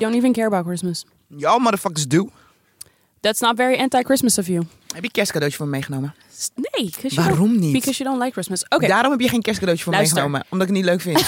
don't even care about Christmas. Y'all motherfuckers do. That's not very anti-Christmas of you. Heb je kerstcadeautje voor me meegenomen? Nee. Waarom niet? Because you don't like Christmas. Oké. Daarom heb je geen kerstcadeautje voor me meegenomen. Omdat ik het niet leuk vind.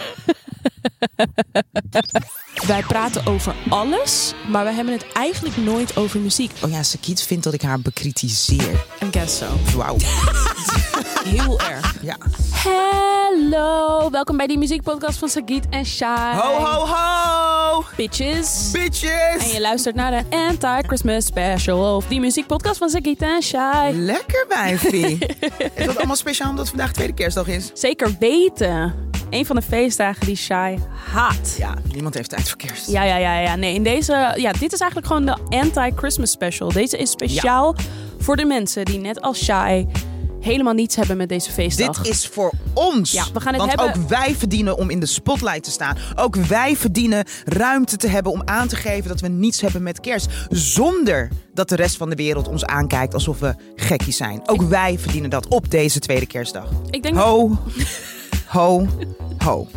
Wij praten over alles, maar we hebben het eigenlijk nooit over muziek. Oh ja, Sagiet vindt dat ik haar bekritiseer. I guess so. Wauw. Heel erg. Ja. Hallo, welkom bij die muziekpodcast van Sagiet en Shai. Ho, ho, ho! Bitches. Bitches! En je luistert naar de Anti-Christmas Special of die muziekpodcast van Sagiet en Shai. Lekker, wijfie. Is dat allemaal speciaal omdat vandaag tweede kerstdag is? Zeker weten. Een van de feestdagen die Shai haat. Ja, niemand heeft tijd voor kerst. Ja. Nee, dit is eigenlijk gewoon de Anti-Christmas Special. Deze is speciaal voor de mensen die net als Shai helemaal niets hebben met deze feestdag. Dit is voor ons. Ja, we gaan het Want hebben. ook wij verdienen om in de spotlight te staan. Ook wij verdienen ruimte te hebben om aan te geven dat we niets hebben met kerst. Zonder dat de rest van de wereld ons aankijkt alsof we gekkies zijn. Ook wij verdienen dat op deze tweede kerstdag. Ik denk Ho, ho, ho.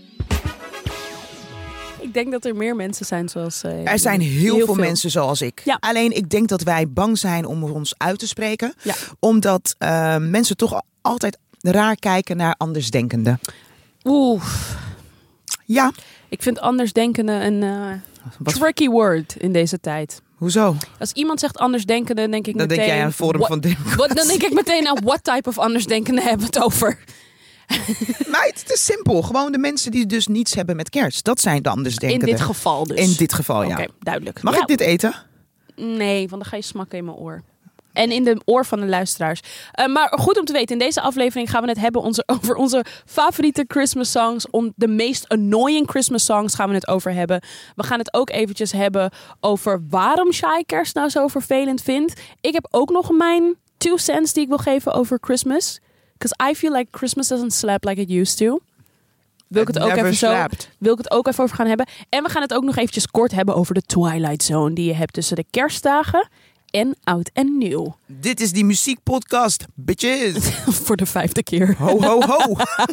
Ik denk dat er meer mensen zijn zoals... Er zijn heel veel mensen zoals ik. Ja. Alleen ik denk dat wij bang zijn om ons uit te spreken. Ja. Omdat mensen toch altijd raar kijken naar andersdenkenden. Oeh. Ja. Ik vind andersdenkende een tricky word in deze tijd. Hoezo? Als iemand zegt andersdenkende, denk ik Dan meteen... denk jij aan Forum van Democratie. Dan denk ik meteen aan what type of andersdenkende hebben we het over. Maar het is simpel. Gewoon de mensen die dus niets hebben met kerst. Dat zijn de andersdenkenden. In dit geval dus. In dit geval, ja. Oké, duidelijk. Mag Ja. ik dit eten? Nee, want dan ga je smakken in mijn oor. En in de oor van de luisteraars. Maar goed om te weten, in deze aflevering gaan we het hebben over onze favoriete Christmas songs. De meest annoying Christmas songs gaan we het over hebben. We gaan het ook eventjes hebben over waarom Shai kerst nou zo vervelend vindt. Ik heb ook nog mijn 2 cents die ik wil geven over Christmas. Because I feel like Christmas doesn't slap like it used to. Wil ik het ook even over gaan hebben. En we gaan het ook nog eventjes kort hebben over de Twilight Zone die je hebt tussen de kerstdagen en oud en nieuw. Dit is die muziekpodcast, bitches. Voor de 5e keer. Ho, ho, ho.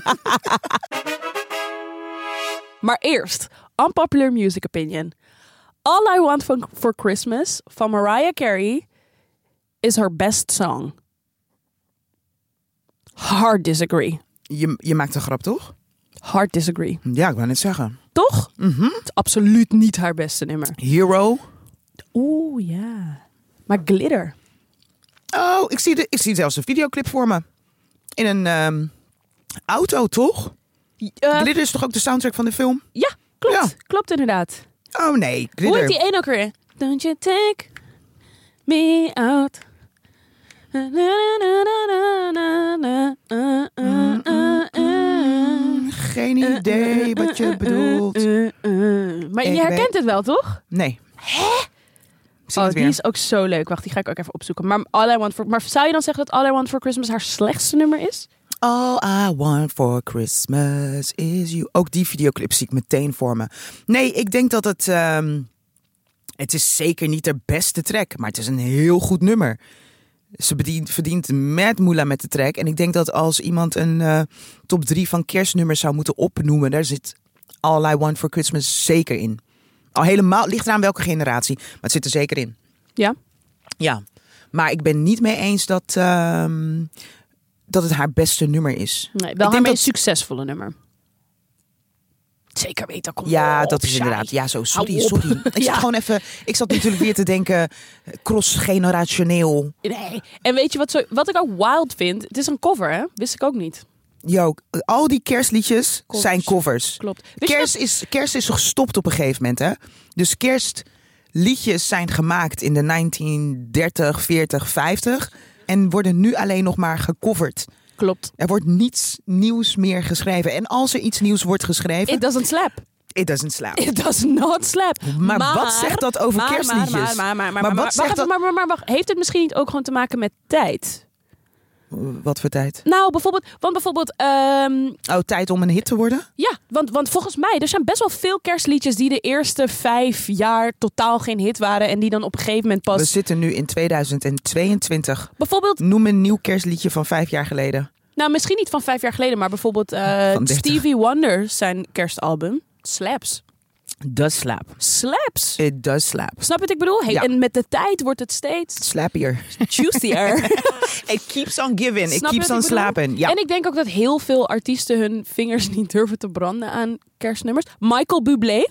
Maar eerst, unpopular music opinion. All I Want for Christmas van Mariah Carey is her best song. Hard disagree. Je maakt een grap, toch? Hard disagree. Ja, ik wou net zeggen. Toch? Het is absoluut niet haar beste nummer. Hero. Oeh, ja. Maar Glitter. Oh, ik zie zelfs een videoclip voor me. In een auto, toch? Glitter is toch ook de soundtrack van de film? Ja, klopt. Ja. Klopt inderdaad. Oh nee, Glitter. Hoe heet die één ook weer? Don't you take me out. Geen idee wat je bedoelt. Maar je herkent het wel, toch? Nee. Oh, die is ook zo leuk. Wacht, die ga ik ook even opzoeken. Maar maar zou je dan zeggen dat All I Want for Christmas haar slechtste nummer is? All I want for Christmas is you. Ook die videoclip zie ik meteen voor me. Nee, ik denk dat het... het is zeker niet haar beste track, maar het is een heel goed nummer. Ze verdient mad moolah met de track. En ik denk dat als iemand een top 3 van kerstnummers zou moeten opnoemen, daar zit All I Want for Christmas zeker in. Al helemaal, ligt eraan welke generatie, maar het zit er zeker in. Ja? Ja, maar ik ben niet mee eens dat het haar beste nummer is. Nee, wel haar meest succesvolle nummer. Zeker weten, kom Ja, op, dat is Shai. inderdaad. Ja, sorry. Ja. Ik zat natuurlijk weer te denken, cross-generationeel. Nee. En weet je wat ik ook wild vind? Het is een cover, hè? Wist ik ook niet. Yo, al die kerstliedjes zijn covers. Klopt. Kerst is gestopt op een gegeven moment, hè? Dus kerstliedjes zijn gemaakt in de 1930, 40, 50 en worden nu alleen nog maar gecoverd. Klopt. Er wordt niets nieuws meer geschreven. En als er iets nieuws wordt geschreven... It doesn't slap. It doesn't slap. It does not slap. Maar wat zegt dat over kerstliedjes? Maar wacht, heeft het misschien niet ook gewoon te maken met tijd? Wat voor tijd? Nou, bijvoorbeeld... tijd om een hit te worden? Ja, want volgens mij, er zijn best wel veel kerstliedjes die de eerste 5 jaar totaal geen hit waren en die dan op een gegeven moment pas... We zitten nu in 2022. Bijvoorbeeld... Noem een nieuw kerstliedje van 5 jaar geleden. Nou, misschien niet van 5 jaar geleden, maar bijvoorbeeld Stevie Wonder zijn kerstalbum. Slaps. Does slap. Slaps. It does slap. Snap je wat ik bedoel? Hey, Ja. En met de tijd wordt het steeds Slappier. juicier. It keeps on giving. It Snap je keeps wat on ik bedoel? slapping. Ja. En ik denk ook dat heel veel artiesten hun vingers niet durven te branden aan kerstnummers. Michael Bublé,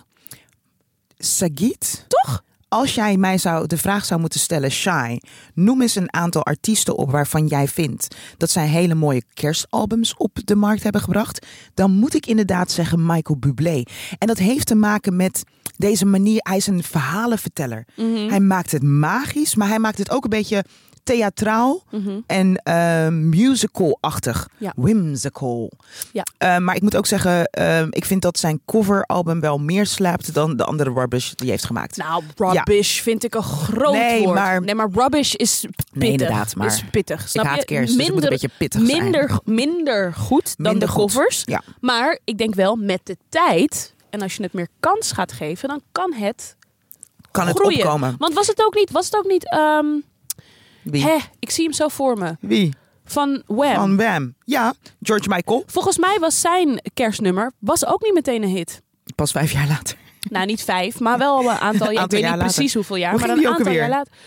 Sagit? toch? Als jij mij de vraag zou moeten stellen, Shai, noem eens een aantal artiesten op waarvan jij vindt dat zij hele mooie kerstalbums op de markt hebben gebracht, dan moet ik inderdaad zeggen Michael Bublé. En dat heeft te maken met deze manier, hij is een verhalenverteller. Hij maakt het magisch, maar hij maakt het ook een beetje theatraal en musical-achtig. Ja. Whimsical. Ja. Maar ik moet ook zeggen, ik vind dat zijn coveralbum wel meer slaapt dan de andere rubbish die hij heeft gemaakt. Nou, rubbish vind ik een groot woord. Nee, maar rubbish is pittig. Nee, inderdaad, maar is pittig. Snap ik haat je? kerst, dus het moet een beetje pittig zijn. Minder goed dan Minder de goed, covers. ja. Maar ik denk wel met de tijd, en als je het meer kans gaat geven, dan kan het Kan het groeien. opkomen? Want was het ook niet Wie? ik zie hem zo voor me. Wie? Van Wham. Van Wham. Ja, George Michael. Volgens mij was zijn kerstnummer ook niet meteen een hit. Pas 5 jaar later. Nou, niet 5, maar wel een aantal jaar. Ik weet jaar niet later. precies hoeveel jaar, Hoe maar ging een die ook aantal alweer? jaar later.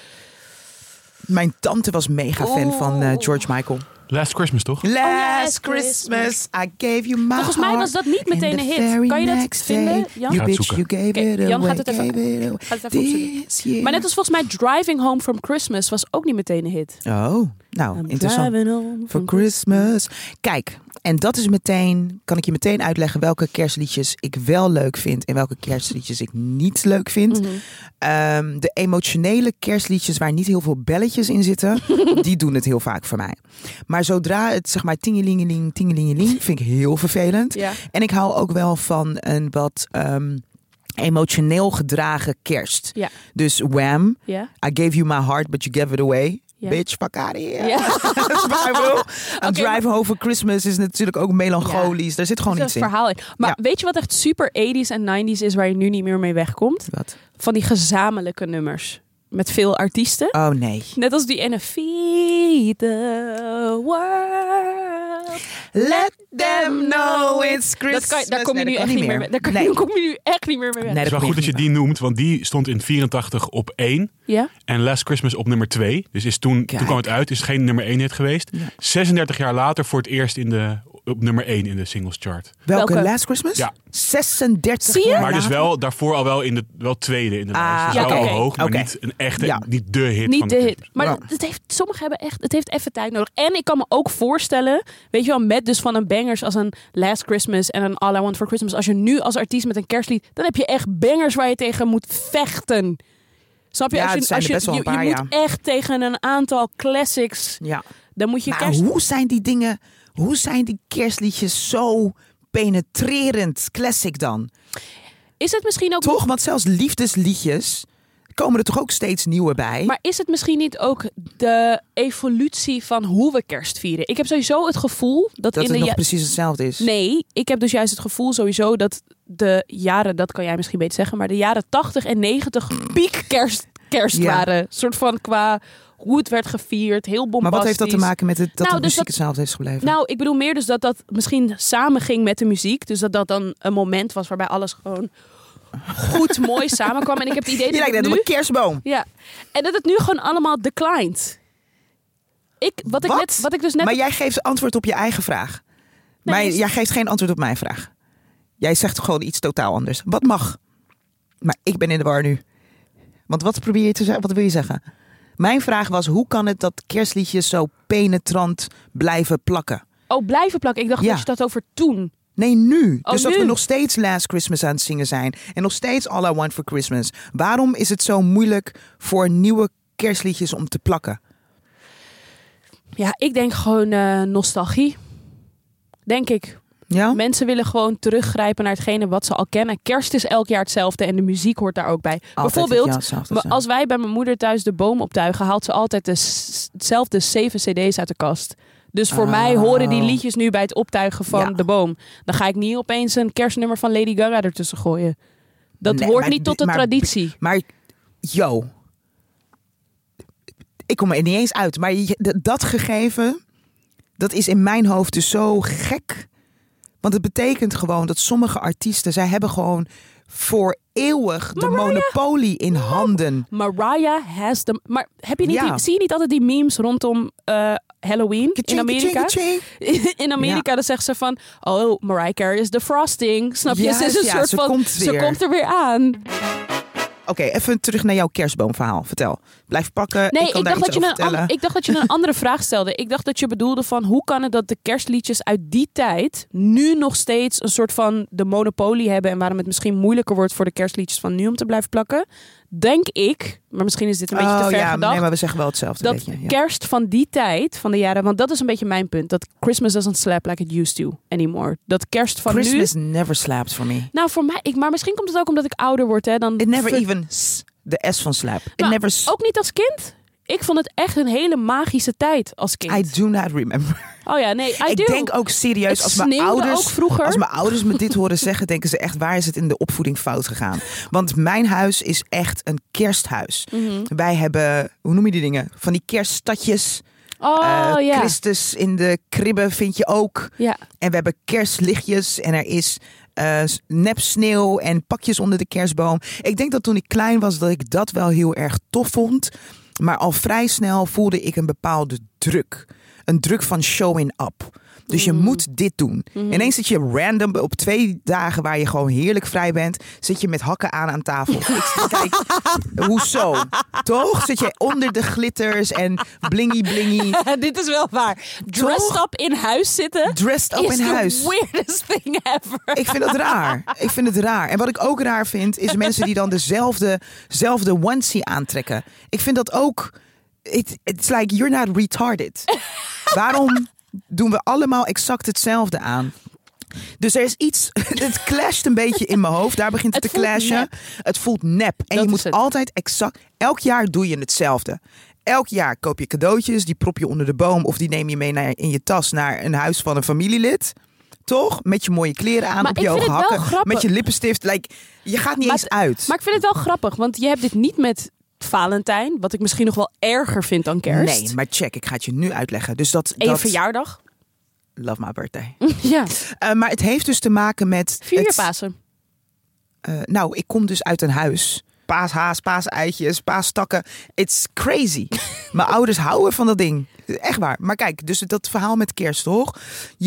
Mijn tante was mega fan van George Michael. Last Christmas, toch? Last Christmas, I gave you my Volgens mij was dat niet meteen and een the hit. very Kan je dat next vinden, day, Jan? You Ga het bitch, you zoeken. gave it Oké, Jan away, gaat het even- gave it away. Gaat het even opzoeken. This year. Maar net als volgens mij Driving Home from Christmas was ook niet meteen een hit. Oh, nou, I'm interessant. driving home For from Christmas. Kijk, en dat is meteen, kan ik je meteen uitleggen welke kerstliedjes ik wel leuk vind en welke kerstliedjes ik niet leuk vind. De emotionele kerstliedjes waar niet heel veel belletjes in zitten, die doen het heel vaak voor mij. Maar zodra het zeg maar tingelingeling, tingelingeling, vind ik heel vervelend. Ja. En ik hou ook wel van een wat emotioneel gedragen kerst. Ja. Dus Wham, Ja. I gave you my heart, but you gave it away. Ja. Bitch, fuck out of here. Ja. Snap je wat ik bedoel? Een Oké, Drive Home for Christmas is natuurlijk ook melancholisch. Daar zit gewoon Er iets zit een in. verhaal in. Maar Ja. weet je wat echt super 80s en 90s is waar je nu niet meer mee wegkomt? Wat? Van die gezamenlijke nummers. Met veel artiesten. Oh nee. Net als die ene Feed the World. Let them know it's Christmas. Daar kom je Nee, nu dat echt kan niet meer mee. Daar Nee. kom je nu echt niet meer mee weg. Nee, Het is wel kan goed dat je niet. die noemt, want die stond in 84 op 1 Ja? en Last Christmas op nummer 2. Dus toen kwam het uit, is het geen nummer 1 hit geweest. Ja. 36 jaar later voor het eerst op nummer 1 in de singles chart. Welke? Welke? Last Christmas? Ja. 36 Zie je? jaar Maar dus later? wel daarvoor al wel wel tweede in de lijst. Dus ja, wel oké. al hoog, maar Oké. niet een echte, Ja. niet de hit Niet van de de hit. Christmas. Maar Ja. sommigen hebben het heeft even tijd nodig. En ik kan me ook voorstellen, weet je wel, met dus van een bangers als een Last Christmas en een All I Want for Christmas. Als je nu als artiest met een kerstlied, dan heb je echt bangers waar je tegen moet vechten. Snap je? Ja, als je, het zijn er best wel een paar, je ja. moet echt tegen een aantal classics, Ja. dan moet je Maar kerst... hoe zijn die kerstliedjes zo penetrerend classic dan? Is het misschien ook... Toch? Want zelfs liefdesliedjes komen er toch ook steeds nieuwe bij? Maar is het misschien niet ook de evolutie van hoe we kerst vieren? Ik heb sowieso het gevoel dat, dat in het de nog precies hetzelfde is. Nee, ik heb dus juist het gevoel sowieso dat de jaren, dat kan jij misschien beter zeggen, maar de jaren 80 en 90 piek kerst Ja. waren. Soort van qua hoe het werd gevierd, heel bombastisch. Maar wat heeft dat te maken met dat Nou, de dus muziek dat- hetzelfde is gebleven? Nou, ik bedoel meer dus dat misschien samenging met de muziek. Dus dat dan een moment was waarbij alles gewoon goed, mooi samenkwam. En ik heb het idee je dat lijkt het net nu... op een kerstboom. Ja, en dat het nu gewoon allemaal declined. Wat ik dus net... Maar jij geeft antwoord op je eigen vraag. Nee, Maar dus- jij geeft geen antwoord op mijn vraag. Jij zegt gewoon iets totaal anders. Wat mag? Maar ik ben in de war nu. Want wat probeer je te zeggen? Wat wil je zeggen? Mijn vraag was, hoe kan het dat kerstliedjes zo penetrant blijven plakken? Oh, blijven plakken. Ik dacht Ja. dat je dat over toen... Nee, nu. Oh, dus dat nu. we nog steeds Last Christmas aan het zingen zijn. En nog steeds All I Want for Christmas. Waarom is het zo moeilijk voor nieuwe kerstliedjes om te plakken? Ja, ik denk gewoon nostalgie. Denk ik. Ja? Mensen willen gewoon teruggrijpen naar hetgene wat ze al kennen. Kerst is elk jaar hetzelfde en de muziek hoort daar ook bij. Bijvoorbeeld, hetzelfde zijn. als wij bij mijn moeder thuis de boom optuigen, haalt ze altijd hetzelfde 7 cd's uit de kast. Dus voor mij horen die liedjes nu bij het optuigen van Ja. de boom. Dan ga ik niet opeens een kerstnummer van Lady Gaga ertussen gooien. Dat Nee, hoort maar- niet tot de maar- traditie. Maar, ik kom er niet eens uit. Maar dat gegeven, dat is in mijn hoofd dus zo gek. Want het betekent gewoon dat sommige artiesten, zij hebben gewoon voor eeuwig de monopolie in handen. Mariah has the... Maar heb je niet zie je niet altijd die memes rondom Halloween in Amerika? In Amerika dan zegt ze van... Oh, Mariah Carey is de frosting. Snap je? Yes, ze is een soort van... Ze komt er weer aan. Oké, even terug naar jouw kerstboomverhaal. Vertel. Blijf pakken. Nee, ik dacht dat je een andere vraag stelde. Ik dacht dat je bedoelde van... Hoe kan het dat de kerstliedjes uit die tijd... nu nog steeds een soort van de monopolie hebben... en waarom het misschien moeilijker wordt voor de kerstliedjes van nu om te blijven plakken? Denk ik, maar misschien is dit een beetje te ver gedacht. Nee, maar we zeggen wel hetzelfde. Dat beetje, kerst van die tijd, van de jaren... Want dat is een beetje mijn punt. Dat Christmas doesn't slap like it used to anymore. Dat kerst van Christmas nu... never slaps for me. Nou, voor mij... Maar misschien komt het ook omdat ik ouder word. Hè, dan It never even... De S van slap. Ook niet als kind? Ik vond het echt een hele magische tijd als kind. I do not remember. Oh ja, nee, ik denk ook serieus, als mijn ouders me dit horen zeggen, denken ze echt, waar is het in de opvoeding fout gegaan? Want mijn huis is echt een kersthuis. Mm-hmm. Wij hebben, hoe noem je die dingen? Van die kerststadjes. Christus in de kribben vind je ook. Ja. En we hebben kerstlichtjes en er is nep sneeuw en pakjes onder de kerstboom. Ik denk dat toen ik klein was, dat ik dat wel heel erg tof vond. Maar al vrij snel voelde ik een bepaalde druk. Een druk van showing up. Dus je moet dit doen. Ineens zit je random op 2 dagen waar je gewoon heerlijk vrij bent. Zit je met hakken aan tafel. Kijk, hoezo? Toch? Zit je onder de glitters en blingy blingy. Dit is wel waar. Dressed up in huis zitten. Dressed up in huis. Is the weirdest thing ever. Ik vind het raar. En wat ik ook raar vind, is mensen die dan dezelfde onesie aantrekken. Ik vind dat ook... It's like you're not retarded. Waarom doen we allemaal exact hetzelfde aan? Dus er is iets, het clasht een beetje in mijn hoofd. Daar begint het te clashen. Het voelt nep. En je moet altijd exact, elk jaar doe je hetzelfde. Elk jaar koop je cadeautjes, die prop je onder de boom of die neem je mee in je tas naar een huis van een familielid. Toch? Met je mooie kleren aan, op je hoge hakken, met je lippenstift. Je gaat niet eens uit. Maar ik vind het wel grappig, want je hebt dit niet met Valentijn, wat ik misschien nog wel erger vind dan kerst. Nee, maar check, ik ga het je nu uitleggen. Dus en je verjaardag? Love my birthday. Ja. Maar het heeft dus te maken met... 4 Pasen. Nou, ik kom dus uit een huis. Paashaas, paaseitjes, paastakken. It's crazy. Mijn ouders houden van dat ding. Echt waar. Maar kijk, dus dat verhaal met kerst, toch?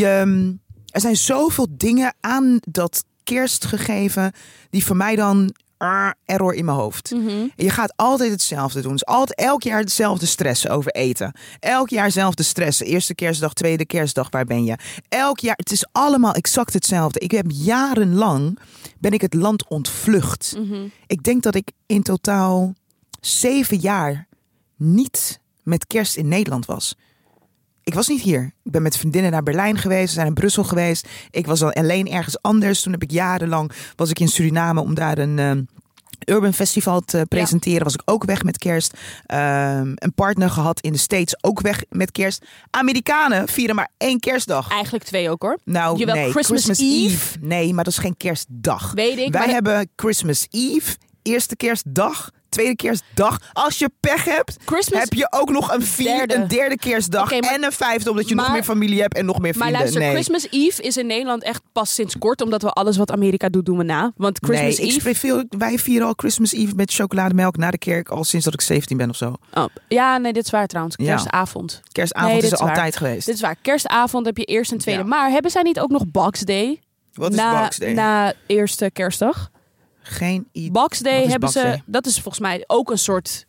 Er zijn zoveel dingen aan dat kerst gegeven die voor mij dan... error in mijn hoofd. Mm-hmm. Je gaat altijd hetzelfde doen. Dus elk jaar hetzelfde stressen over eten. Elk jaar hetzelfde stressen. Eerste kerstdag, tweede kerstdag, waar ben je? Elk jaar, het is allemaal exact hetzelfde. Ik heb jarenlang het land ontvlucht. Mm-hmm. Ik denk dat ik in totaal 7 jaar niet met kerst in Nederland was. Ik was niet hier. Ik ben met vriendinnen naar Berlijn geweest. We zijn in Brussel geweest. Ik was al alleen ergens anders. Toen heb ik jarenlang... was ik in Suriname om daar een urban festival te presenteren. Ja. Was ik ook weg met kerst. Een partner gehad in de States. Ook weg met kerst. Amerikanen vieren maar 1 kerstdag. Eigenlijk 2 ook hoor. Nou, nee. Christmas Eve. Nee, maar dat is geen kerstdag. Weet ik. Wij hebben Christmas Eve. Eerste kerstdag. Tweede kerstdag. Als je pech hebt, heb je ook nog een derde kerstdag. En een 5e, omdat je nog meer familie hebt en nog meer vrienden. Maar luister, Christmas Eve is in Nederland echt pas sinds kort. Omdat we alles wat Amerika doet, doen we na. Want Christmas Eve... wij vieren al Christmas Eve met chocolademelk naar de kerk al sinds dat ik 17 ben of zo. Oh, ja, nee, dit is waar trouwens. Kerstavond. Kerstavond is er altijd geweest. Dit is waar. Kerstavond heb je eerste en tweede. Ja. Maar hebben zij niet ook nog Box Day? Wat is Box Day? Na eerste kerstdag? Geen idee. Box Day hebben ze... Dat is volgens mij ook een soort...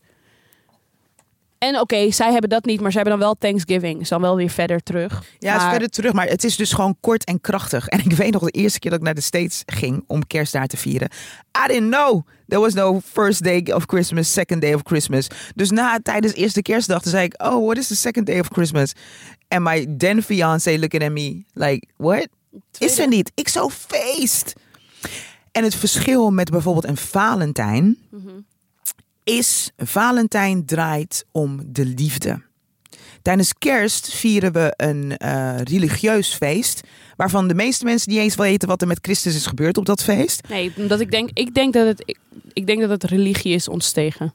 En oké, zij hebben dat niet, maar ze hebben dan wel Thanksgiving. Is dan wel weer verder terug. Ja, het is verder terug, maar het is dus gewoon kort en krachtig. En ik weet nog de eerste keer dat ik naar de States ging om kerst daar te vieren. I didn't know. There was no first day of Christmas, second day of Christmas. Dus tijdens eerste kerstdag, toen zei ik, oh, what is the second day of Christmas? En my then fiancé looking at me like, what? Is er niet. Ik zo feest. En het verschil met bijvoorbeeld een Valentijn is... Valentijn draait om de liefde. Tijdens kerst vieren we een religieus feest... waarvan de meeste mensen niet eens weten wat er met Christus is gebeurd op dat feest. Nee, omdat ik denk dat het religie is ontstegen.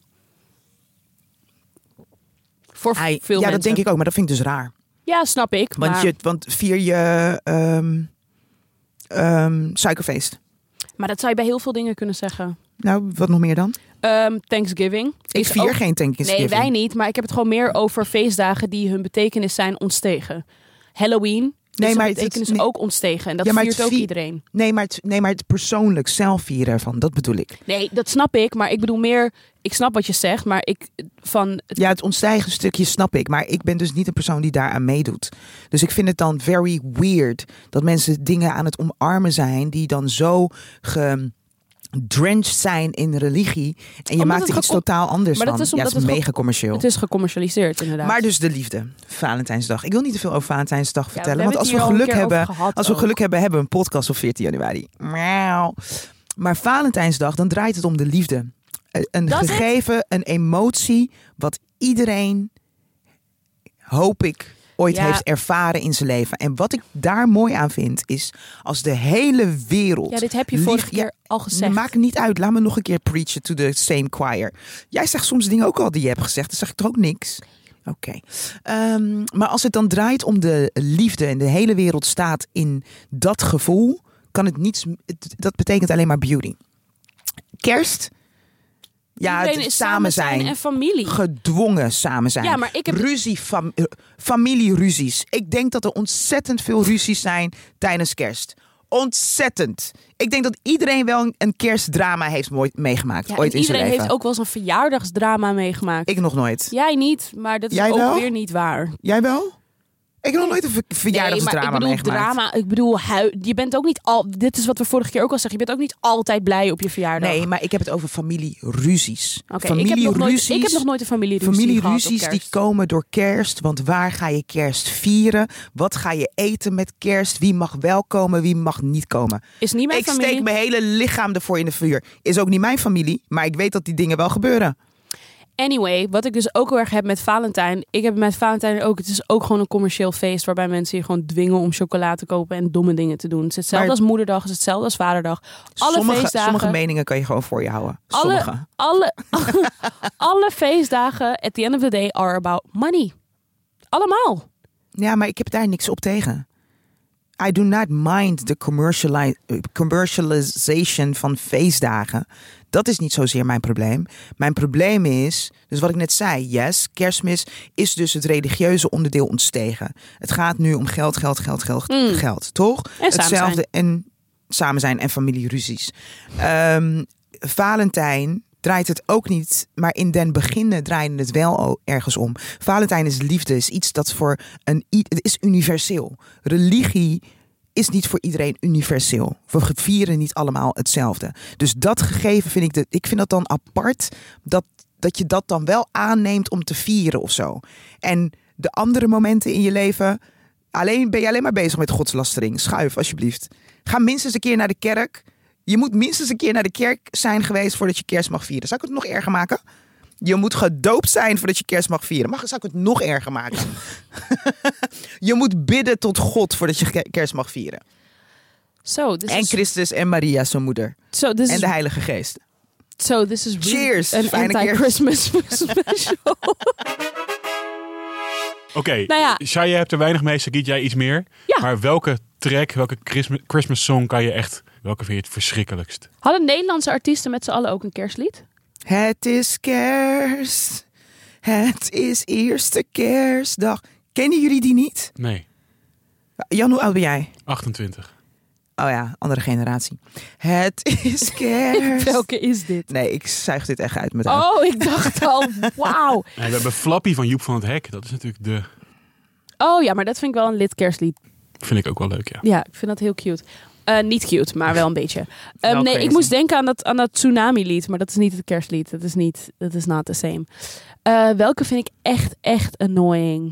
Voor veel mensen. Ja, dat denk ik ook, maar dat vind ik dus raar. Ja, snap ik. Want vier je suikerfeest? Maar dat zou je bij heel veel dingen kunnen zeggen. Nou, wat nog meer dan? Thanksgiving. Ik vier geen Thanksgiving. Nee, wij niet. Maar ik heb het gewoon meer over feestdagen die hun betekenis zijn ontstegen. Halloween is maar betekenis ook ontstegen. En dat viert ook iedereen. Nee, maar het persoonlijk zelf vieren ervan. Dat bedoel ik. Nee, dat snap ik. Maar ik bedoel meer... Ik snap wat je zegt, maar Ja, het ontstijgen stukje snap ik. Maar ik ben dus niet een persoon die daaraan meedoet. Dus ik vind het dan very weird dat mensen dingen aan het omarmen zijn die dan zo drenched zijn in religie. En je maakt er iets totaal anders van. Dat is mega commercieel. Het is gecommercialiseerd, inderdaad. Maar dus de liefde. Valentijnsdag. Ik wil niet te veel over Valentijnsdag vertellen. Want als we geluk hebben, hebben we een podcast op 14 januari. Maar Valentijnsdag, dan draait het om de liefde. Een gegeven, een emotie, wat iedereen, hoop ik, ooit heeft ervaren in zijn leven. En wat ik daar mooi aan vind, is als de hele wereld... Ja, dit heb je vorige keer al gezegd. Maakt niet uit, laat me nog een keer preachen to the same choir. Jij zegt soms dingen ook al die je hebt gezegd, dan zeg ik toch ook niks? Oké. Maar als het dan draait om de liefde en de hele wereld staat in dat gevoel, kan het niets... Dat betekent alleen maar beauty. Kerst... Ja, iedereen het is samen zijn en familie. Gedwongen samen zijn. Ja, maar ik heb... Familieruzies. Ik denk dat er ontzettend veel ruzies zijn tijdens kerst. Ontzettend. Ik denk dat iedereen wel een kerstdrama heeft meegemaakt. Ooit in zijn leven. Iedereen heeft ook wel eens een verjaardagsdrama meegemaakt. Ik nog nooit. Jij niet, maar dat is ook wel? Weer niet waar. Jij wel? Ik heb nog nooit een verjaardagsdrama meegemaakt. Ik bedoel, je bent ook niet dit is wat we vorige keer ook al zeggen. Je bent ook niet altijd blij op je verjaardag. Nee, maar ik heb het over familieruzies. Ik heb nog nooit een familieruzie gehad op kerst. Die komen door kerst. Want waar ga je kerst vieren? Wat ga je eten met kerst? Wie mag wel komen? Wie mag niet komen? Is niet mijn familie. Ik steek mijn hele lichaam ervoor in de vuur. Is ook niet mijn familie. Maar ik weet dat die dingen wel gebeuren. Anyway, wat ik dus ook heel erg heb met Valentijn. Ik heb met Valentijn ook. Het is ook gewoon een commercieel feest waarbij mensen je gewoon dwingen om chocola te kopen en domme dingen te doen. Het is hetzelfde als Moederdag, het is hetzelfde als Vaderdag. Sommige meningen kan je gewoon voor je houden. Alle feestdagen at the end of the day are about money. Allemaal. Ja, maar ik heb daar niks op tegen. I do not mind the commercialization van feestdagen. Dat is niet zozeer mijn probleem. Mijn probleem is, dus wat ik net zei, yes, Kerstmis is dus het religieuze onderdeel ontstegen. Het gaat nu om geld, toch? En hetzelfde en samen zijn en familieruzies. Valentijn draait het ook niet, maar in den beginnen draaide het wel ergens om. Valentijn is liefde, is iets dat het is universeel. Religie is niet voor iedereen universeel. We vieren niet allemaal hetzelfde. Dus dat gegeven ik vind dat dan apart, dat je dat dan wel aanneemt om te vieren of zo. En de andere momenten in je leven, ben je alleen maar bezig met godslastering. Schuif, alsjeblieft. Ga minstens een keer naar de kerk. Je moet minstens een keer naar de kerk zijn geweest voordat je kerst mag vieren. Zou ik het nog erger maken? Je moet gedoopt zijn voordat je kerst mag vieren. Zou ik het nog erger maken? Je moet bidden tot God voordat je kerst mag vieren. Christus en Maria, zijn moeder. En de Heilige Geest. This is cheers! Een anti-Christmas special. Oké, Shai, je hebt er weinig mee. Sagit, jij iets meer. Ja. Maar welke track, welke Christmas song kan je echt... Welke vind je het verschrikkelijkst? Hadden Nederlandse artiesten met z'n allen ook een kerstlied? Het is kerst. Het is eerste kerstdag. Kennen jullie die niet? Nee. Jan, hoe oud ben jij? 28. Oh ja, andere generatie. Het is kerst. Welke is dit? Nee, ik zuig dit echt uit mijn duim. Oh, ik dacht al, wauw. Nee, we hebben Flappy van Joep van het Hek. Dat is natuurlijk de... Oh ja, maar dat vind ik wel een lid kerstlied. Vind ik ook wel leuk, ja. Ja, ik vind dat heel cute. Niet cute, maar wel een beetje. Nee, ik moest denken aan dat tsunami-lied, maar dat is niet het kerstlied. Dat is not the same. Welke vind ik echt annoying?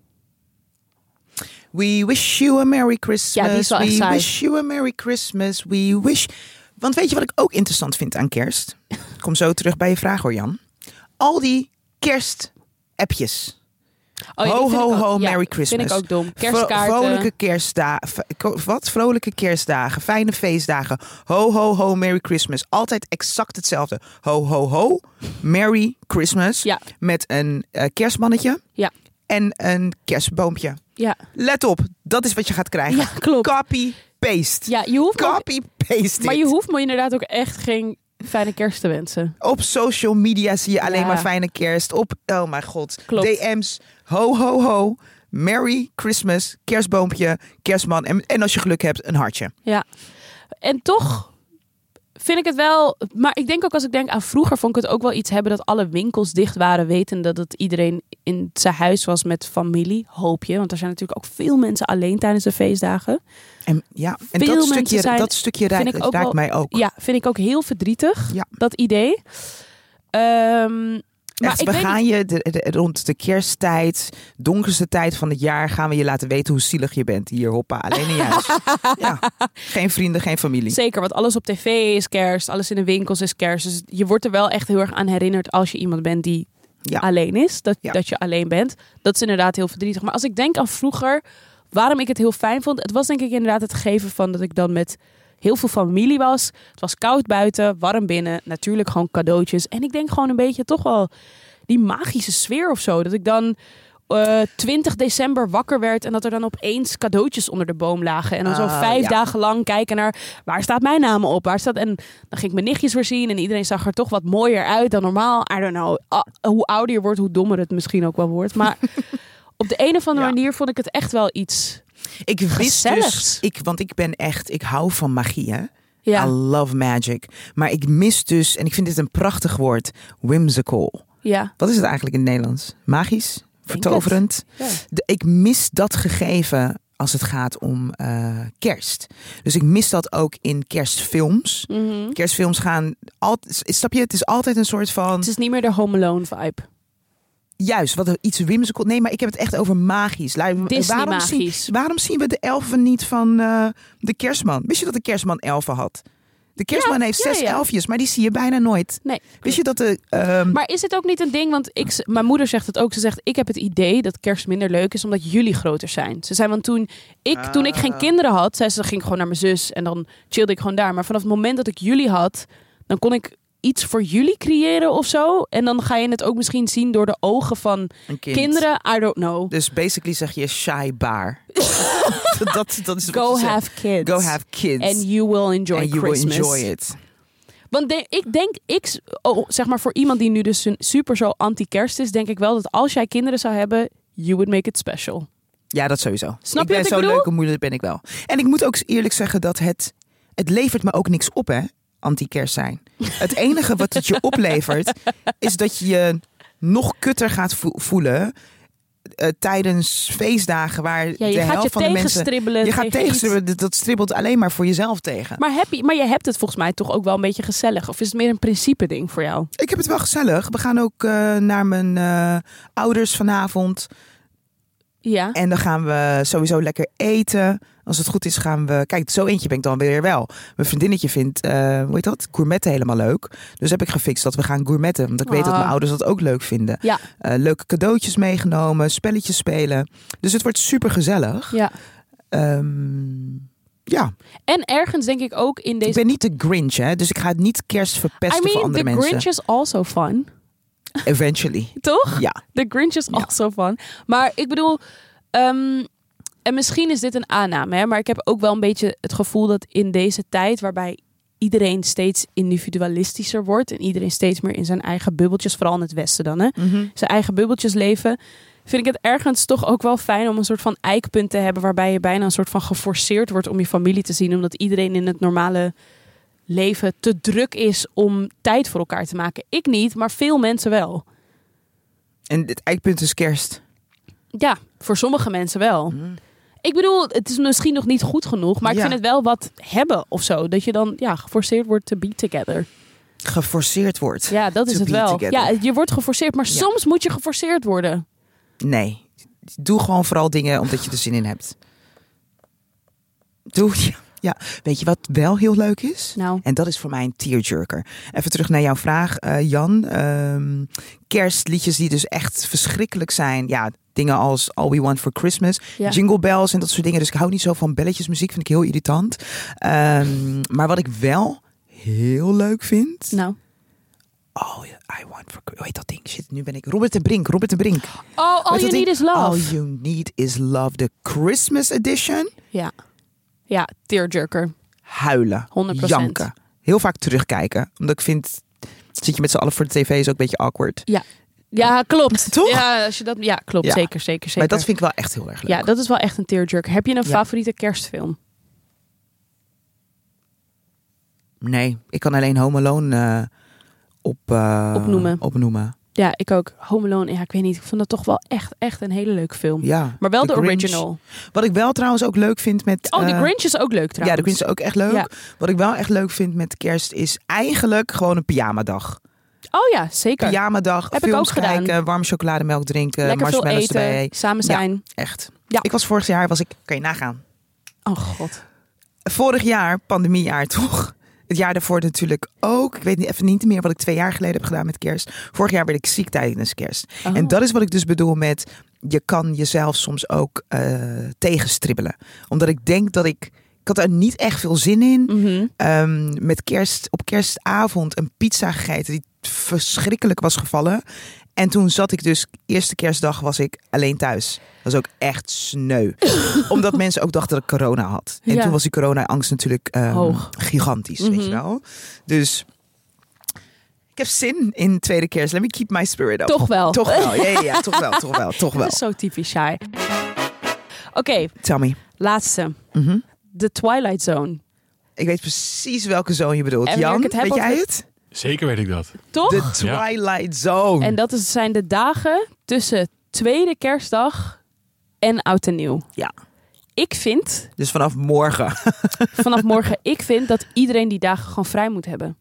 We wish you a Merry Christmas. Ja, die is wel echt saai. We wish you a Merry Christmas. We wish... Want weet je wat ik ook interessant vind aan kerst? Ik kom zo terug bij je vraag hoor, Jan. Al die kerst-appjes. Ho, Merry Christmas. Vind ik ook dom. Kerstkaarten. Vrolijke kerstdagen. Vrolijke kerstdagen. Fijne feestdagen. Ho, Merry Christmas. Altijd exact hetzelfde. Ho, Merry Christmas. Ja. Met een kerstmannetje. Ja. En een kerstboompje. Ja. Let op, dat is wat je gaat krijgen. Ja, klopt. Copy, Copy-paste. Ja, je hoeft Copy-paste. maar je hoeft me inderdaad ook echt geen fijne kerst te wensen. Op social media zie je alleen Ja. maar fijne kerst. Oh mijn god. Klopt. DM's. Ho, ho, ho. Merry Christmas. Kerstboompje. Kerstman. En als je geluk hebt, een hartje. Ja. En toch vind ik het wel... Maar ik denk ook als ik denk aan vroeger... vond ik het ook wel iets hebben dat alle winkels dicht waren. Weten dat het iedereen in zijn huis was met familie. Hoop je. Want er zijn natuurlijk ook veel mensen alleen tijdens de feestdagen. En Veel mensen zijn- dat stukje vind ik ook raakt wel- mij ook. Ja, vind ik ook heel verdrietig. Ja. Dat idee. Maar Echt, ik we weet gaan je rond de kersttijd, donkerste tijd van het jaar, gaan we je laten weten hoe zielig je bent. Hier, hoppa, alleen in je huis. Ja. Geen vrienden, geen familie. Zeker, want alles op tv is kerst. Alles in de winkels is kerst. Dus je wordt er wel echt heel erg aan herinnerd als je iemand bent die Ja. alleen is. Ja. Dat je alleen bent. Dat is inderdaad heel verdrietig. Maar als ik denk aan vroeger, waarom ik het heel fijn vond. Het was denk ik inderdaad het gegeven van dat ik dan met heel veel familie was. Het was koud buiten, warm binnen. Natuurlijk gewoon cadeautjes. En ik denk gewoon een beetje toch wel die magische sfeer of zo. Dat ik dan 20 december wakker werd en dat er dan opeens cadeautjes onder de boom lagen. En dan zo 5 ja. dagen lang kijken naar waar staat mijn naam op? Waar staat... En dan ging ik mijn nichtjes weer zien en iedereen zag er toch wat mooier uit dan normaal. I don't know. Hoe ouder je wordt, hoe dommer het misschien ook wel wordt. Maar op de een of andere Ja. manier vond ik het echt wel iets... Ik wist Gezelligs. dus, want ik hou van magie, hè. Ja, I love magic. Maar ik mis dus, en ik vind dit een prachtig woord, whimsical. ja. Wat is het eigenlijk in het Nederlands? Magisch? Vertoverend? Ja. Ik mis dat gegeven als het gaat om kerst. Dus ik mis dat ook in kerstfilms. Mhm. Kerstfilms gaan altijd, snap je? Het is altijd een soort van, Het is niet meer de Home Alone vibe. juist, wat iets whimsical. Nee, maar ik heb het echt over magisch. Disney magisch. Waarom zien we de elfen niet van de kerstman? Wist je dat de kerstman elfen had? De kerstman heeft 6 ja. elfjes, maar die zie je bijna nooit. Nee. Wist je dat de... Maar is het ook niet een ding? Want mijn moeder zegt het ook. Ze zegt, ik heb het idee dat kerst minder leuk is omdat jullie groter zijn. Ze zei, want toen ik geen kinderen had, zei ze, dan ging ik gewoon naar mijn zus en dan chillde ik gewoon daar. Maar vanaf het moment dat ik jullie had, dan kon ik iets voor jullie creëren of zo. En dan ga je het ook misschien zien door de ogen van een kind. kinderen. I don't know. Dus basically zeg je shy baar. dat is wat Go je zegt. have kids. Go have kids. And you will enjoy And you will Christmas. enjoy it. Want zeg maar voor iemand die nu dus super zo anti-kerst is, denk ik wel dat als jij kinderen zou hebben, you would make it special. Ja, dat sowieso. Snap ik je ben wat ik zo bedoel? leuk en moeilijk ben ik wel. En ik moet ook eerlijk zeggen dat het levert me ook niks op, hè? Anti-kerst zijn. Het enige wat het je oplevert is dat je je nog kutter gaat voelen tijdens feestdagen waar Ja, de je gaat helft je van de mensen... tegenstribbelen. Je gaat tegen iets. tegenstribbelen, dat stribbelt alleen maar voor jezelf tegen. Maar je hebt het volgens mij toch ook wel een beetje gezellig. Of is het meer een principe ding voor jou? Ik heb het wel gezellig. We gaan ook naar mijn ouders vanavond. Ja. En dan gaan we sowieso lekker eten. Als het goed is gaan we... Kijk, zo eentje ben ik dan weer wel. Mijn vriendinnetje vindt, hoe heet dat? Gourmetten helemaal leuk. Dus heb ik gefixt dat we gaan gourmetten. Want ik weet dat mijn ouders dat ook leuk vinden. Ja. Leuke cadeautjes meegenomen. Spelletjes spelen. Dus het wordt super gezellig. Ja. Ja. En ergens denk ik ook in deze... Ik ben niet de Grinch, hè. Dus ik ga het niet kerst verpesten voor andere the mensen. Grinch is also fun. Eventually. Toch? Ja. The Grinch is also fun. Maar ik bedoel... en misschien is dit een aanname, hè, maar ik heb ook wel een beetje het gevoel dat in deze tijd waarbij iedereen steeds individualistischer wordt en iedereen steeds meer in zijn eigen bubbeltjes, vooral in het Westen dan, hè, zijn eigen bubbeltjes leven, vind ik het ergens toch ook wel fijn om een soort van eikpunt te hebben waarbij je bijna een soort van geforceerd wordt om je familie te zien, omdat iedereen in het normale leven te druk is om tijd voor elkaar te maken. Ik niet, maar veel mensen wel. En het eikpunt is kerst. Ja, voor sommige mensen wel. Ik bedoel, het is misschien nog niet goed genoeg, maar ik vind het wel wat hebben of zo. Dat je dan geforceerd wordt to be together. Geforceerd wordt. Ja, dat is To het be wel. together. Ja, je wordt geforceerd, maar soms moet je geforceerd worden. Nee. Doe gewoon vooral dingen omdat je er zin in hebt. Doe. Ja, weet je wat wel heel leuk is? Nou. En dat is voor mij een tearjerker. Even terug naar jouw vraag, Jan. Kerstliedjes die dus echt verschrikkelijk zijn. Ja, dingen als All We Want For Christmas. Ja. Jingle bells en dat soort dingen. Dus ik hou niet zo van belletjesmuziek. Vind ik heel irritant. Maar wat ik wel heel leuk vind. Nou. Oh, I Want For... Hoe heet dat ding? Shit, nu ben ik... Robert en Brink. Oh, All You Need Is Love. All You Need Is Love. De Christmas edition. Ja. Ja, tearjerker. Huilen. 100%. Janken. Heel vaak terugkijken. Omdat ik vind, zit je met z'n allen voor de tv is ook een beetje awkward. Ja, klopt. Toch? Ja, als je dat, ja, klopt. Ja. Zeker. Maar dat vind ik wel echt heel erg leuk. Ja, dat is wel echt een tearjerker. Heb je een favoriete kerstfilm? Nee, ik kan alleen Home Alone opnoemen. Ja, ik ook. Home Alone, ja, ik weet niet. Ik vond dat toch wel echt een hele leuke film. Ja, Maar wel de Grinch. original. Wat ik wel trouwens ook leuk vind met... De Grinch is ook leuk trouwens. Ja, de Grinch is ook echt leuk. Ja. Wat ik wel echt leuk vind met kerst is eigenlijk gewoon een pyjamadag. Oh ja, zeker. Pyjamadag, Heb ik films ook gedaan. kijken, warme chocolademelk drinken, Lekker veel marshmallows eten, erbij. samen zijn. Echt. Ja. Ik was vorig jaar, kan je nagaan. Oh god. Vorig jaar, pandemiejaar toch? Het jaar daarvoor natuurlijk ook. Ik weet even niet meer wat ik 2 jaar geleden heb gedaan met kerst. Vorig jaar werd ik ziek tijdens kerst. Oh. En dat is wat ik dus bedoel met... Je kan jezelf soms ook tegenstribbelen. Omdat ik denk dat ik had er niet echt veel zin in. Met op kerstavond een pizza gegeten die verschrikkelijk was gevallen. En toen zat ik dus, eerste kerstdag was ik alleen thuis. Dat was ook echt sneu. Omdat mensen ook dachten dat ik corona had. En toen was die corona-angst natuurlijk hoog. gigantisch, weet je wel. Dus ik heb zin in tweede kerst. Let me keep my spirit up. Toch wel. Toch wel, ja, toch wel. Dat is zo typisch Shai. Oké, Tell me. laatste. The Twilight Zone. Ik weet precies welke zone je bedoelt. En Jan, ik het heb weet jij over- het? Zeker weet ik dat. Toch? De Twilight Zone. En dat zijn de dagen tussen tweede kerstdag en oud en nieuw. Ja. Ik vind, Dus vanaf morgen. vanaf morgen, dat iedereen die dagen gewoon vrij moet hebben.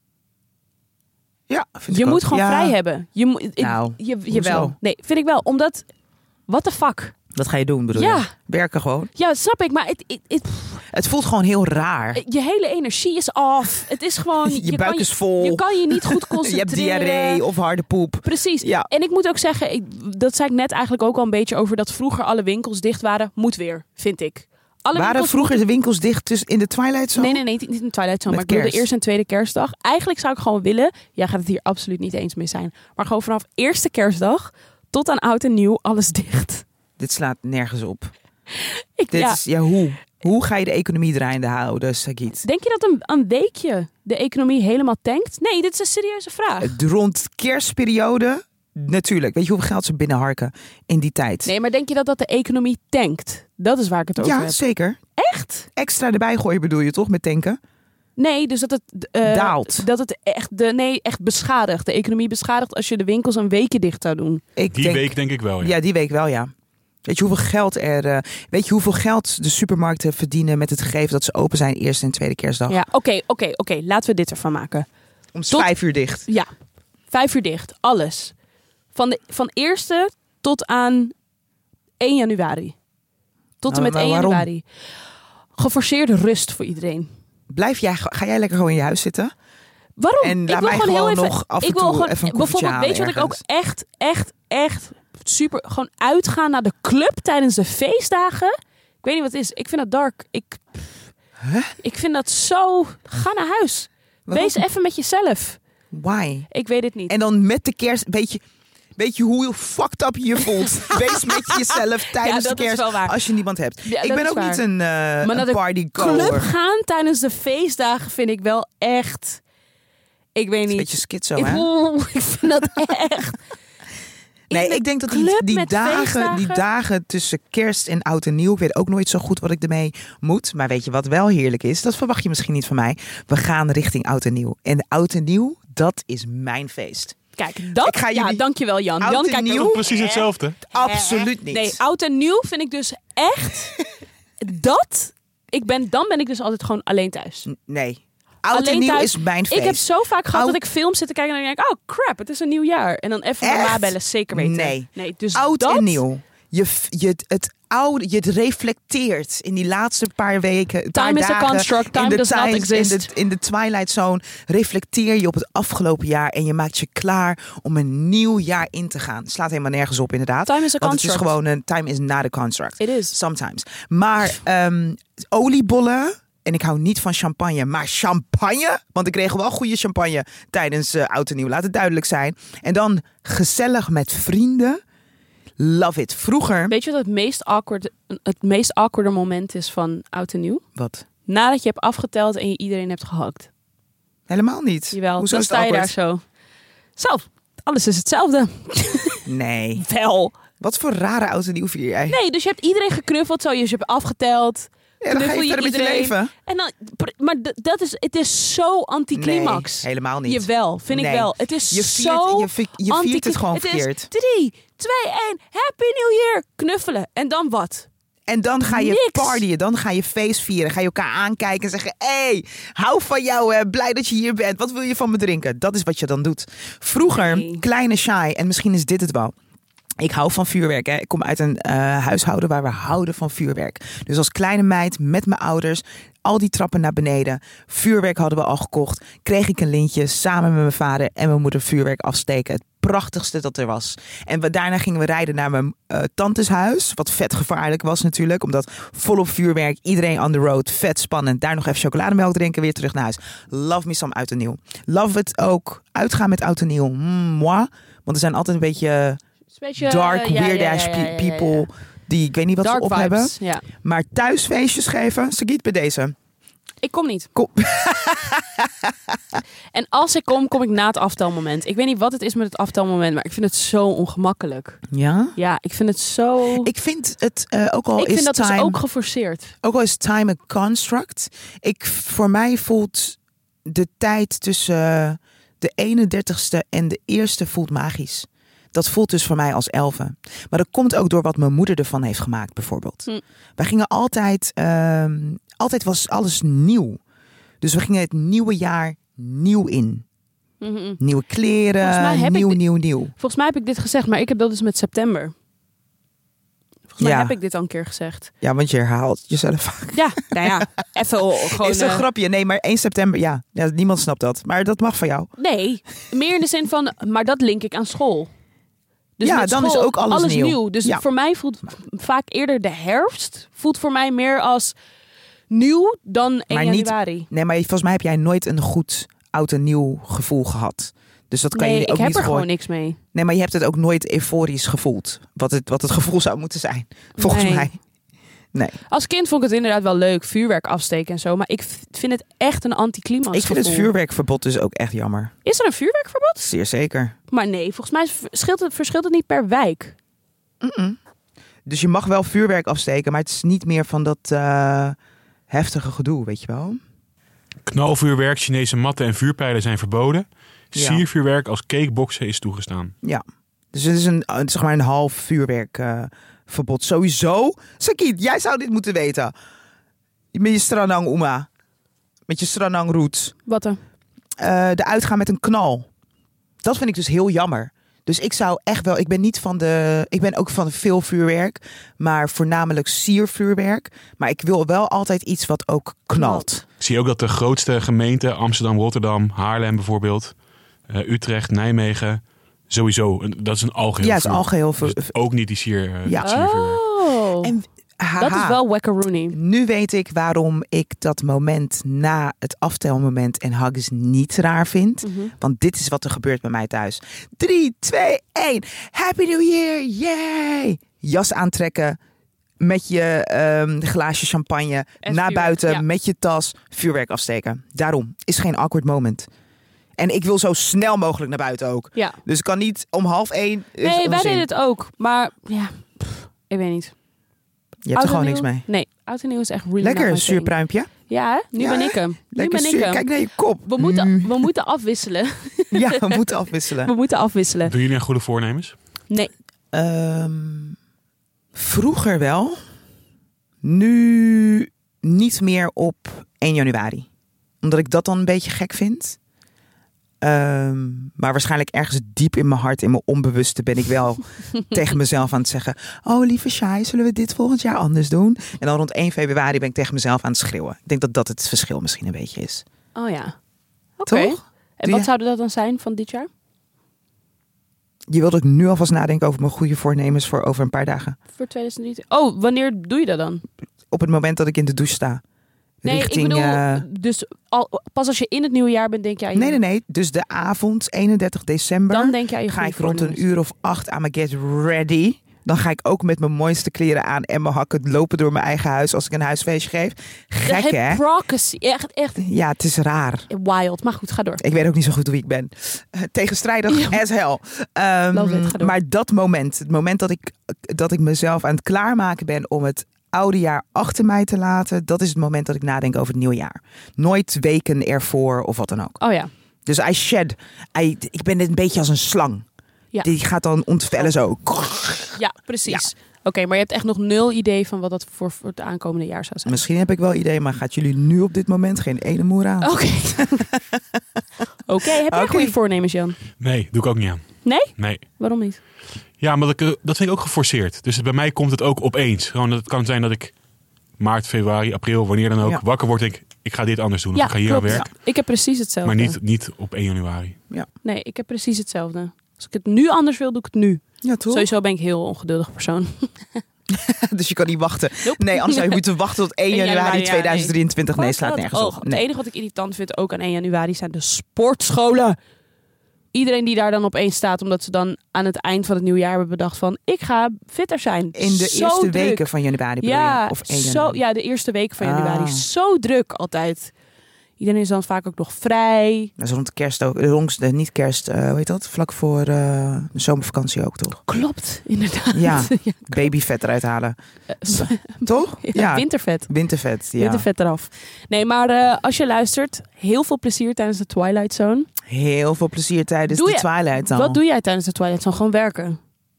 Ja, vind Je ik moet ook. gewoon Ja, vrij hebben. Nou, Jawel. hoezo? Nee, vind ik wel. Omdat, what the fuck? Dat ga je doen, bedoel Ja. je? Werken gewoon. Ja, snap ik. Maar Het voelt gewoon heel raar. je hele energie is off. Het is gewoon... Je buik is vol. Je kan je niet goed Je concentreren. hebt diarree of harde poep. Precies. Ja. En ik moet ook zeggen, dat zei ik net eigenlijk ook al een beetje over dat vroeger alle winkels dicht waren. Moet weer, vind ik. Alle Waren winkels vroeger de winkels dicht in de Twilight Zone? Nee, niet in Twilight Zone. Met Maar ik wilde kerst. eerst en tweede kerstdag. Eigenlijk zou ik gewoon willen... Jij gaat het hier absoluut niet eens mee zijn. Maar gewoon vanaf eerste kerstdag tot aan oud en nieuw alles dicht. Dit slaat nergens op. Ja. Hoe? Hoe ga je de economie draaiende houden, Sagit? Denk je dat een weekje de economie helemaal tankt? Nee, dit is een serieuze vraag. Rond kerstperiode, natuurlijk. Weet je hoeveel geld ze binnenharken in die tijd? Nee, maar denk je dat de economie tankt? Dat is waar ik het over Ja, heb. zeker. Echt? Extra erbij gooien bedoel je toch met tanken? Nee, dus dat het... Daalt. Dat het echt beschadigt. De economie beschadigt als je de winkels een weekje dicht zou doen. Die week denk ik wel, ja. Ja, die week wel, ja. Weet je hoeveel geld de supermarkten verdienen met het gegeven dat ze open zijn eerste en tweede kerstdag? Ja, oké. Laten we dit ervan maken. Om 5 uur dicht. Ja, 5 uur dicht. Alles. Van eerste tot aan 1 januari. Tot en met Maar 1 waarom? januari. Geforceerde rust voor iedereen. Ga jij lekker gewoon in je huis zitten? Waarom? En Ik laat wil mij heel gewoon even, nog af en ik wil toe gewoon, even een koffietje bijvoorbeeld, halen weet je wat ik ook ergens. echt super... Gewoon uitgaan naar de club tijdens de feestdagen. Ik weet niet wat het is. Ik vind dat dark. Ik vind dat zo... Ga naar huis. Waarom? Wees even met jezelf. Why? Ik weet het niet. En dan met de kerst, weet je hoe fucked up je je voelt? Wees met jezelf tijdens Ja, dat de is kerst wel waar. als je niemand hebt. Ja, ik dat ben is ook waar. niet een Maar naar de party club gaan tijdens de feestdagen vind ik wel echt... Ik weet Een niet. beetje schizo, hè? Ik vind dat echt... Nee, In de ik denk dat club die met dagen, feestdagen? tussen kerst en oud en nieuw, ik weet ook nooit zo goed wat ik ermee moet. Maar weet je wat wel heerlijk is? Dat verwacht je misschien niet van mij. We gaan richting oud en nieuw. En oud en nieuw, dat is mijn feest. Kijk, dat... Ik ga jullie- Ja, dankjewel Jan. Oud Jan en kijkt nieuw? ook- Precies hetzelfde. Absoluut niet. Nee, oud en nieuw vind ik dus echt... Dan ben ik dus altijd gewoon alleen thuis. Nee. Oud en Alleen nieuw thuis. is mijn feest. Ik heb zo vaak gehad Oud- dat ik films zit te kijken en dan denk ik... Oh crap, het is een nieuw jaar. En dan even Echt? mama bellen, zeker weten. Nee. Dus Oud dat... en nieuw. Het oude, je het reflecteert in die laatste paar weken, Time is a construct, time does not exist. In de Twilight Zone reflecteer je op het afgelopen jaar en je maakt je klaar om een nieuw jaar in te gaan. Slaat helemaal nergens op, inderdaad. Time is a Want het is construct. gewoon time is not a construct. It is. Sometimes. Maar oliebollen. En ik hou niet van champagne, maar champagne. Want ik kreeg wel goede champagne tijdens oud en nieuw. Laat het duidelijk zijn. En dan gezellig met vrienden. Love it. Vroeger. Weet je wat het meest awkward moment is van oud en nieuw? Wat? nadat je hebt afgeteld en je iedereen hebt gehakt. Helemaal niet. Jawel, Hoezo dan is het sta je daar awkward? zo. Zo, alles is hetzelfde. Nee. Wel. Wat voor rare oud en nieuw vier jij? Nee, dus je hebt iedereen geknuffeld, zo, je hebt afgeteld. Ja, dan ga knuffel je je verder met je iedereen. leven. En dan, maar het is zo anticlimax. Nee, helemaal niet. Jawel, vind ik Nee. wel. Het is Je zo viert het gewoon het verkeerd. is 3, 2, 1, Happy New Year. Knuffelen. En dan wat? En dan ga je Niks. partyen, dan ga je feest vieren. Ga je elkaar aankijken en zeggen... Hey, hou van jou, hè. Blij dat je hier bent. Wat wil je van me drinken? Dat is wat je dan doet. Vroeger, Nee. kleine shy, en misschien is dit het wel. Ik hou van vuurwerk. Hè. Ik kom uit een huishouden waar we houden van vuurwerk. Dus als kleine meid met mijn ouders... al die trappen naar beneden. Vuurwerk hadden we al gekocht. Kreeg ik een lintje samen met mijn vader en mijn moeder vuurwerk afsteken. Het prachtigste dat er was. En daarna gingen we rijden naar mijn tantes huis. Wat vet gevaarlijk was natuurlijk. Omdat volop vuurwerk, iedereen on the road. Vet spannend. Daar nog even chocolademelk drinken. Weer terug naar huis. Love me some oud en nieuw. Love het ook. Uitgaan met oud en nieuw. Moi. Want er zijn altijd een beetje dark, weird-ass people... die ik weet niet wat Dark ze op vibes, hebben. ja. Maar thuisfeestjes geven, Sagiet bij deze. Ik kom niet. Kom. En als ik kom ik na het aftelmoment. Ik weet niet wat het is met het aftelmoment, maar ik vind het zo ongemakkelijk. Ja? Ja, ik vind het zo... Ik vind het, ook al Ik is vind dat time... dus ook geforceerd. Ook al is time een construct. Voor mij voelt de tijd tussen de 31ste en de 1e voelt magisch. Dat voelt dus voor mij als 11. Maar dat komt ook door wat mijn moeder ervan heeft gemaakt, bijvoorbeeld. Wij gingen altijd was alles nieuw. Dus we gingen het nieuwe jaar nieuw in. Mhm. Nieuwe kleren, Volgens mij heb nieuw. Volgens mij heb ik dit gezegd, maar ik heb dat dus met september. Volgens mij Ja. heb ik dit al een keer gezegd. Ja, want je herhaalt jezelf vaak. Ja, nou ja, even gewoon... Is een grapje. Nee, maar 1 september, ja, niemand snapt dat. Maar dat mag van jou. Nee, meer in de zin van, maar dat link ik aan school. Dus Ja, met dan school, is ook alles nieuw. Dus Ja. voor mij voelt vaak eerder de herfst... voelt voor mij meer als nieuw dan 1 Maar niet- januari. Nee, maar volgens mij heb jij nooit een goed oud en nieuw gevoel gehad. Dus dat kan Nee, je ook ik heb niet er gewoon niks mee. Nee, maar je hebt het ook nooit euforisch gevoeld. Wat het gevoel zou moeten zijn. Volgens Nee. mij. Nee. Als kind vond ik het inderdaad wel leuk, vuurwerk afsteken en zo. Maar ik vind het echt een anticlimax Ik vind het gevoel. vuurwerkverbod dus ook echt jammer. Is er een vuurwerkverbod? Zeer zeker. Maar nee, volgens mij verschilt het niet per wijk. Dus je mag wel vuurwerk afsteken, maar het is niet meer van dat heftige gedoe, weet je wel? Knalvuurwerk, Chinese matten en vuurpijlen zijn verboden. Ja. Siervuurwerk als cakeboxen is toegestaan. Ja. Dus het is zeg maar een half vuurwerkverbod. Sowieso. Sakiet, jij zou dit moeten weten. Met je Stranang Uma. Met je Stranang Roots. Wat dan? De uitgaan met een knal. Dat vind ik dus heel jammer. Dus ik zou echt wel... Ik ben ook van veel vuurwerk. Maar voornamelijk siervuurwerk. Maar ik wil wel altijd iets wat ook knalt. Ik zie ook dat de grootste gemeenten, Amsterdam, Rotterdam, Haarlem bijvoorbeeld, Utrecht, Nijmegen, sowieso, dat is een algeheel. Ja, het is vuur. algeheel Dus ook niet die Ja. siervuurwerk. Oh, En dat is wel wackaroony. Nu weet ik waarom ik dat moment na het aftelmoment en hugs niet raar vind. Want dit is wat er gebeurt bij mij thuis. 3, 2, 1. Happy New Year. Yay. Jas aantrekken. Met je glaasje champagne. En naar vuurwerk, buiten. ja. Met je tas. Vuurwerk afsteken. Daarom. Is geen awkward moment. En ik wil zo snel mogelijk naar buiten ook. Ja. Dus ik kan niet om 12:30. Nee, wij deden het ook. Maar ja, ik weet niet. Je hebt er Oud en gewoon niks nieuw? mee. Nee, oud en nieuw is echt really Lekker, not een my thing. zuurpruimpje. Ja, hè? Nu Ja, ben hè? ik hem. Nu Lekker ben ik zuur. hem. Kijk naar je kop. We moeten afwisselen. Ja, we moeten afwisselen. We moeten afwisselen. Doen jullie aan goede voornemens? Nee. Vroeger wel. Nu niet meer op 1 januari. Omdat ik dat dan een beetje gek vind. Maar waarschijnlijk ergens diep in mijn hart, in mijn onbewuste, ben ik wel tegen mezelf aan het zeggen: oh, lieve Shai, zullen we dit volgend jaar anders doen? En dan rond 1 februari ben ik tegen mezelf aan het schreeuwen. Ik denk dat dat het verschil misschien een beetje is. Oh ja. Oké. Toch? En wat zouden dat dan zijn van dit jaar? Je wilde ik nu alvast nadenken over mijn goede voornemens voor over een paar dagen. Voor 2023. Oh, wanneer doe je dat dan? Op het moment dat ik in de douche sta. Nee, Richting, ik bedoel, dus pas als je in het nieuwe jaar bent, denk je aan je... Nee. Dus de avond, 31 december, Dan denk je aan je ga ik goede rond een voornemens. uur of 8 aan mijn get ready. Dan ga ik ook met mijn mooiste kleren aan en mijn hakken lopen door mijn eigen huis als ik een huisfeestje geef. Gek, hè? Hypocrisy. Echt Ja, het is raar. wild. Maar goed, ga door. Ik weet ook niet zo goed wie ik ben. Tegenstrijdig as hell. Love it, ga door. Maar dat moment, het moment dat ik mezelf aan het klaarmaken ben om het oude jaar achter mij te laten, dat is het moment dat ik nadenk over het nieuwe jaar. Nooit weken ervoor of wat dan ook. Oh ja. Dus ik ben een beetje als een slang. Ja. Die gaat dan ontvellen zo. Ja, precies. Oké, maar je hebt echt nog 0 idee van wat dat voor het aankomende jaar zou zijn. Misschien heb ik wel idee, maar gaat jullie nu op dit moment geen ene moer aan? Oké. Oké, heb jij goede voornemens, Jan? Nee, doe ik ook niet aan. Nee? Nee. Waarom niet? Ja, maar dat vind ik ook geforceerd. Dus bij mij komt het ook opeens. Gewoon, het kan zijn dat ik maart, februari, april, wanneer dan ook, wakker word ik ga dit anders doen. Of ik ga hier aan werk. Ja. Ik heb precies hetzelfde. Maar niet op 1 januari. Ja. Nee, ik heb precies hetzelfde. Als ik het nu anders wil, doe ik het nu. Ja, toch? Sowieso ben ik een heel ongeduldig persoon. Dus je kan niet wachten. Nope. Nee, anders zou je moeten wachten tot 1 januari 2023. Nee, slaat nergens op. Het enige wat ik irritant vind ook aan 1 januari zijn de sportscholen. Iedereen die daar dan opeens staat, omdat ze dan aan het eind van het nieuwjaar hebben bedacht van, ik ga fitter zijn. In de Zo eerste druk. weken van januari bedoel je? Of 1 januari? Ja, de eerste week van januari. Zo druk altijd. Iedereen is dan vaak ook nog vrij. Dat is rond de kerst ook. Niet kerst, hoe heet dat? Vlak voor de zomervakantie ook, toch? Klopt, inderdaad. Ja, babyvet eruit halen. Toch? Ja, wintervet. Wintervet, ja. Wintervet eraf. Nee, maar als je luistert, heel veel plezier tijdens de Twilight Zone. Heel veel plezier tijdens de Twilight Zone. Wat doe jij tijdens de Twilight Zone? Gewoon werken?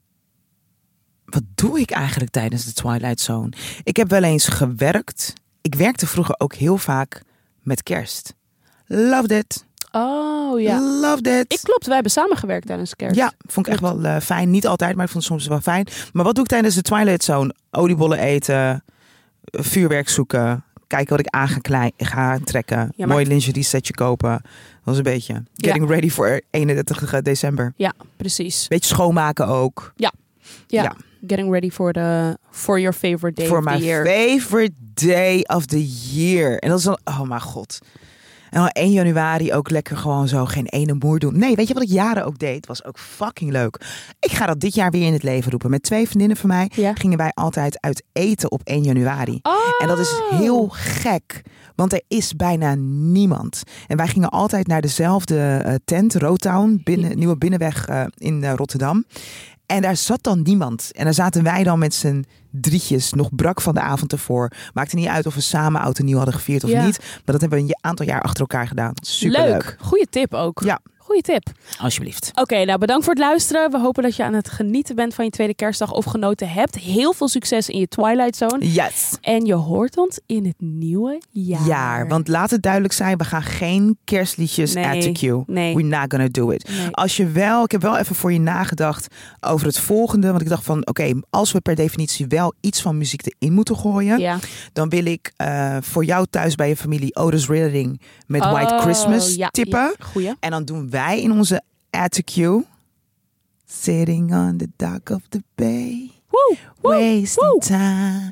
Wat doe ik eigenlijk tijdens de Twilight Zone? Ik heb wel eens gewerkt. Ik werkte vroeger ook heel vaak met kerst. Loved it. Oh ja. Loved it. Klopt, wij hebben samengewerkt tijdens kerst. Ja, vond ik echt wel fijn. Niet altijd, maar ik vond het soms wel fijn. Maar wat doe ik tijdens de Twilight Zone? Oliebollen eten, vuurwerk zoeken, kijken wat ik aan ga trekken. Ja, mooi lingerie setje kopen. Dat was een beetje getting ready voor 31 december. Ja, precies. Beetje schoonmaken ook. Ja. Getting ready for your favorite day for of the year. For my favorite day of the year. En dat is dan, oh mijn god. En dan 1 januari ook lekker gewoon zo geen ene moer doen. Nee, weet je wat ik jaren ook deed? Was ook fucking leuk. Ik ga dat dit jaar weer in het leven roepen. Met 2 vriendinnen van mij gingen wij altijd uit eten op 1 januari. Oh. En dat is heel gek. Want er is bijna niemand. En wij gingen altijd naar dezelfde tent, Rotown, Nieuwe Binnenweg in Rotterdam. En daar zat dan niemand. En daar zaten wij dan met z'n drietjes, nog brak van de avond ervoor. Maakte niet uit of we samen oud en nieuw hadden gevierd of niet. Maar dat hebben we een aantal jaar achter elkaar gedaan. Superleuk. Leuk. Goeie tip ook. Ja. Goeie tip. Alsjeblieft. Oké, nou bedankt voor het luisteren. We hopen dat je aan het genieten bent van je tweede kerstdag of genoten hebt. Heel veel succes in je Twilight Zone. Yes. En je hoort ons in het nieuwe jaar. Want laat het duidelijk zijn, we gaan geen kerstliedjes add to queue. Nee. We're not gonna do it. Nee. Ik heb wel even voor je nagedacht over het volgende. Want ik dacht van, oké, als we per definitie wel iets van muziek erin moeten gooien. Dan wil ik voor jou thuis bij je familie Otis Redding met White Christmas tippen. Ja, goeie. En dan doen wij in onze add to queue Sitting on the dock of the bay. Wasting time.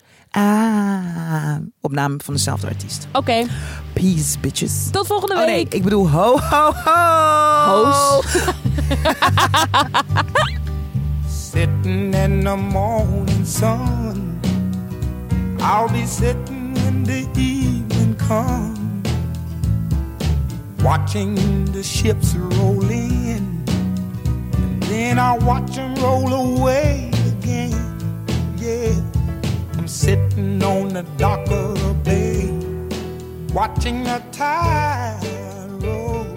Opname van dezelfde artiest. Oké. Peace, bitches. Tot volgende week. Nee, ik bedoel ho, ho, ho. Hoos. Sitting in the morning sun, I'll be sitting when the evening comes, watching the ships roll in, and then I'll watch them roll away again. Yeah, I'm sitting on the dock of the bay, watching the tide roll.